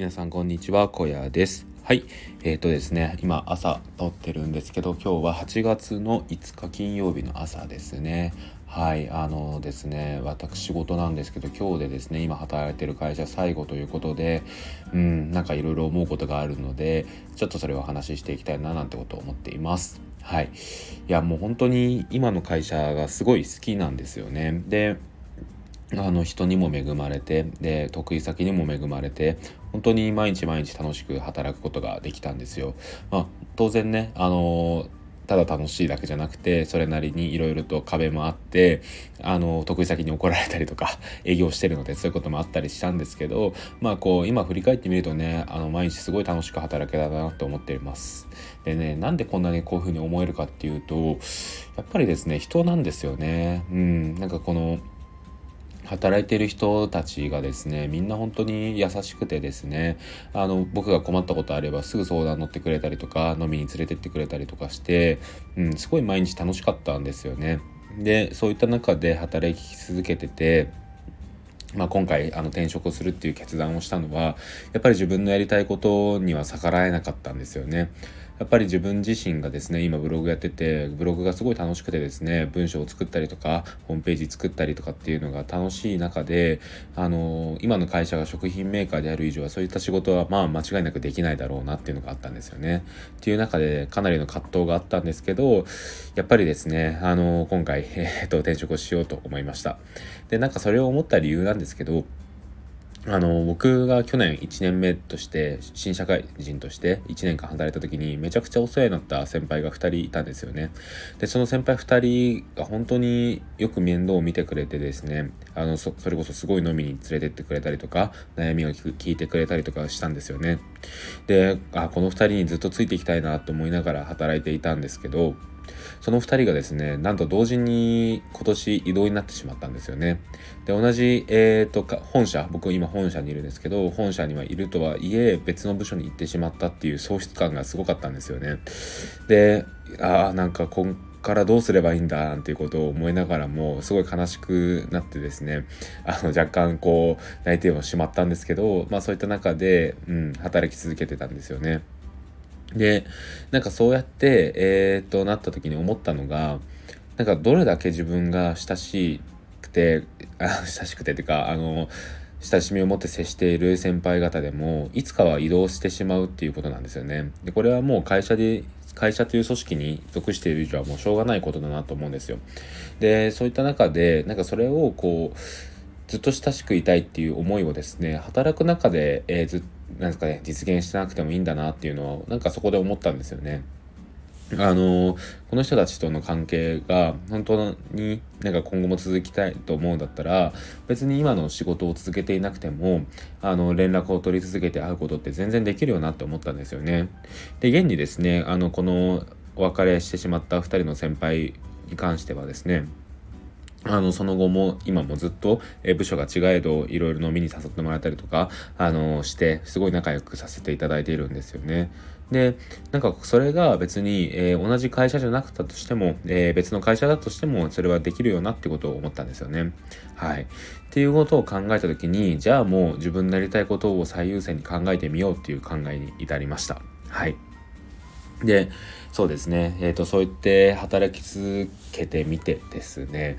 皆さんこんにちは、小屋です。はい、ですね、今朝撮ってるんですけど、今日は8月の5日金曜日の朝ですね。はい、ですね、私仕事なんですけど、今日でですね、今働いてる会社最後ということで、なんかいろいろ思うことがあるので、ちょっとそれをお話ししていきたいななんてことを思っています。はい、いやもう本当に今の会社がすごい好きなんですよね。で人にも恵まれて、で得意先にも恵まれて、本当に毎日毎日楽しく働くことができたんですよ。当然ね、ただ楽しいだけじゃなくて、それなりにいろいろと壁もあって、得意先に怒られたりとか営業してるのでそういうこともあったりしたんですけど、今振り返ってみるとね、毎日すごい楽しく働けたなと思っています。でね、なんでこんなにこういうふうに思えるかっていうと、やっぱりですね、人なんですよね。なんかこの働いている人たちがですね、みんな本当に優しくてですね、僕が困ったことあればすぐ相談乗ってくれたりとか、飲みに連れてってくれたりとかして、すごい毎日楽しかったんですよね。で、そういった中で働き続けてて、今回転職をするっていう決断をしたのは、やっぱり自分のやりたいことには逆らえなかったんですよね。やっぱり自分自身がですね、今ブログやってて、ブログがすごい楽しくてですね、文章を作ったりとかホームページ作ったりとかっていうのが楽しい中で、今の会社が食品メーカーである以上は、そういった仕事は間違いなくできないだろうなっていうのがあったんですよね。っていう中でかなりの葛藤があったんですけど、やっぱりですね、今回、転職をしようと思いました。で、なんかそれを思った理由なんですけど、僕が去年1年目として新社会人として1年間働いた時に、めちゃくちゃお世話になった先輩が2人いたんですよね。でその先輩2人が本当によく面倒を見てくれてですね、それこそすごい飲みに連れてってくれたりとか、悩みを聞いてくれたりとかしたんですよね。でこの2人にずっとついていきたいなと思いながら働いていたんですけど、その2人がですね、なんと同時に今年異動になってしまったんですよね。で、同じ、本社、僕今本社にいるんですけど、本社にはいるとはいえ、別の部署に行ってしまったっていう喪失感がすごかったんですよね。で、なんかこっからどうすればいいんだなんていうことを思いながらも、すごい悲しくなってですね、若干こう、泣いてはしまったんですけど、そういった中で、働き続けてたんですよね。で、なんかそうやって、なった時に思ったのが、なんかどれだけ自分が親しくて、親しくてっていうか、親しみを持って接している先輩方でも、いつかは移動してしまうっていうことなんですよね。で、これはもう会社という組織に属している以上はもうしょうがないことだなと思うんですよ。で、そういった中で、なんかそれをこう、ずっと親しくいたいっていう思いをですね、働く中で、なんですかね、実現してなくてもいいんだなっていうのを、なんかそこで思ったんですよね。この人たちとの関係が本当になんか今後も続きたいと思うんだったら、別に今の仕事を続けていなくても、連絡を取り続けて会うことって全然できるよなって思ったんですよね。で、現にですね、このお別れしてしまった2人の先輩に関してはですね、その後も今もずっと、部署が違えどいろいろ飲みに誘ってもらったりとか、してすごい仲良くさせていただいているんですよね。で、なんかそれが別に、同じ会社じゃなくたとしても、別の会社だとしてもそれはできるよなってことを思ったんですよね。はい。っていうことを考えた時に、じゃあもう自分のやりたいことを最優先に考えてみようっていう考えに至りました。はい。で、そうですね。そう言って働き続けてみてですね。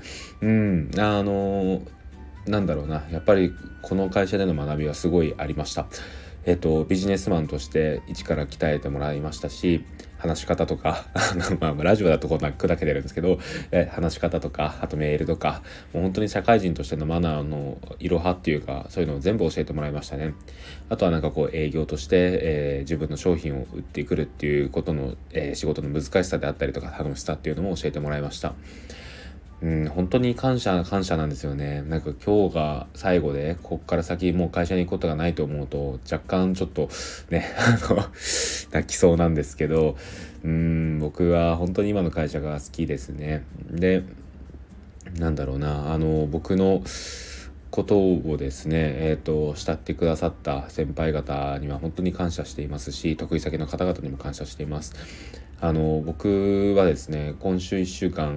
なんだろうな。やっぱりこの会社での学びはすごいありました。ビジネスマンとして一から鍛えてもらいましたし、話し方とか、ラジオだとこんな砕けてるんですけど、話し方とか、あとメールとか、もう本当に社会人としてのマナーのいろはっていうか、そういうのを全部教えてもらいましたね。あとはなんかこう営業として、自分の商品を売ってくるっていうことの、仕事の難しさであったりとか、楽しさっていうのも教えてもらいました。本当に感謝なんですよね。なんか今日が最後で、こっから先もう会社に行くことがないと思うと、若干ちょっとね、泣きそうなんですけど、僕は本当に今の会社が好きですね。で、なんだろうな、僕のことをですね、慕ってくださった先輩方には本当に感謝していますし、得意先の方々にも感謝しています。僕はですね、今週1週間、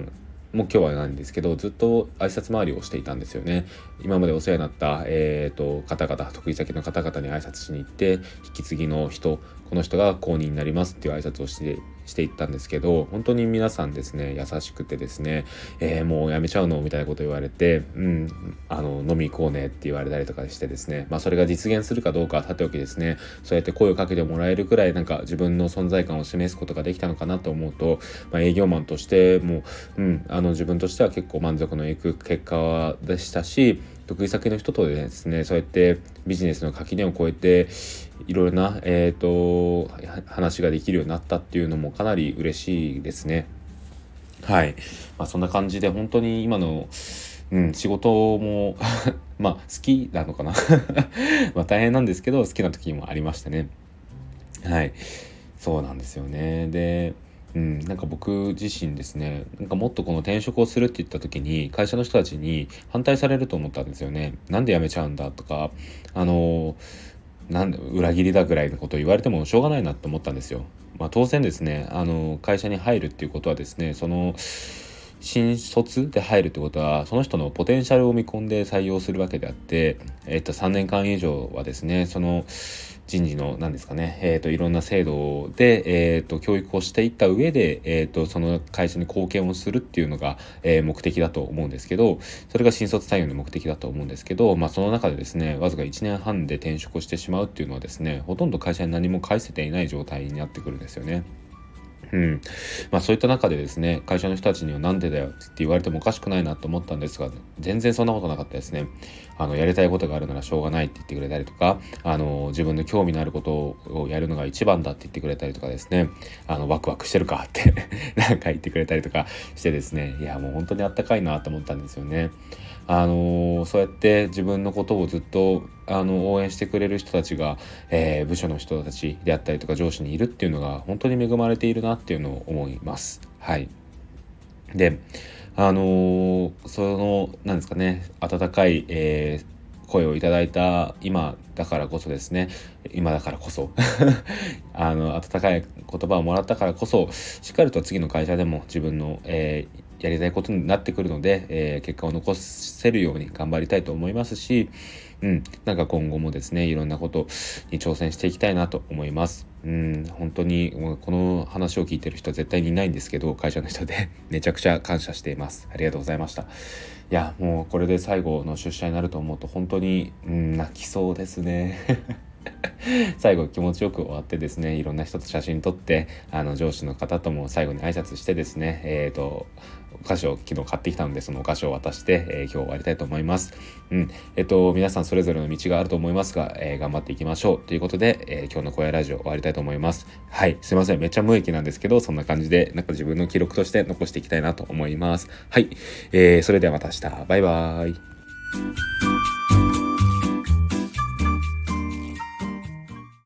もう今日はないんですけど、ずっと挨拶回りをしていたんですよね。今までお世話になった、方々、得意先の方々に挨拶しに行って、引き継ぎの人、この人が後任になりますっていう挨拶をしていったんですけど、本当に皆さんですね、優しくてですね、もうやめちゃうのみたいなこと言われて、飲み行こうねって言われたりとかしてですね、それが実現するかどうかはさておきですね、そうやって声をかけてもらえるくらいなんか自分の存在感を示すことができたのかなと思うと、営業マンとしても、自分としては結構満足のいく結果でしたし、得意先の人とですね、そうやってビジネスの垣根を越えていろいろな、話ができるようになったっていうのもかなり嬉しいですね。はい、そんな感じで本当に今の、仕事も好きなのかな大変なんですけど好きな時もありましたね。はい、そうなんですよね。で、なんか僕自身ですね、なんかもっとこの転職をするって言った時に会社の人たちに反対されると思ったんですよね。なんで辞めちゃうんだとか、なんで裏切りだぐらいのことを言われてもしょうがないなと思ったんですよ。当然ですね、会社に入るっていうことはですね、その新卒で入るってことはその人のポテンシャルを見込んで採用するわけであって、3年間以上はですね、その人事の何ですかね、いろんな制度で、教育をしていった上で、その会社に貢献をするっていうのが、目的だと思うんですけど、それが新卒採用の目的だと思うんですけど、その中でですね、わずか1年半で転職をしてしまうっていうのはですね、ほとんど会社に何も返せていない状態になってくるんですよね。そういった中でですね、会社の人たちにはなんでだよって言われてもおかしくないなと思ったんですが、全然そんなことなかったですね。やりたいことがあるならしょうがないって言ってくれたりとか、自分の興味のあることをやるのが一番だって言ってくれたりとかですね、ワクワクしてるかってなんか言ってくれたりとかしてですね、いやもう本当にあったかいなと思ったんですよね。そうやって自分のことをずっと応援してくれる人たちが、部署の人たちであったりとか上司にいるっていうのが本当に恵まれているなっていうのを思います。はい。で、なんですかね、温かい、声をいただいた今だからこそですね、今だからこそ温かい言葉をもらったからこそ、しっかりと次の会社でも自分の、やりたいことになってくるので、結果を残せるように頑張りたいと思いますし、なんか今後もですね、いろんなことに挑戦していきたいなと思います。本当にもうこの話を聞いてる人は絶対にいないんですけど、会社の人でめちゃくちゃ感謝しています。ありがとうございました。いや、もうこれで最後の出社になると思うと本当に、泣きそうですね。最後気持ちよく終わってですね、いろんな人と写真撮って、上司の方とも最後に挨拶してですね、お菓子を昨日買ってきたので、そのお菓子を渡して、今日終わりたいと思います。皆さんそれぞれの道があると思いますが、頑張っていきましょうということで、今日の小屋ラジオ終わりたいと思います。はい、すいません、めっちゃ無益なんですけど、そんな感じでなんか自分の記録として残していきたいなと思います。はい、それではまた明日、バイバーイ。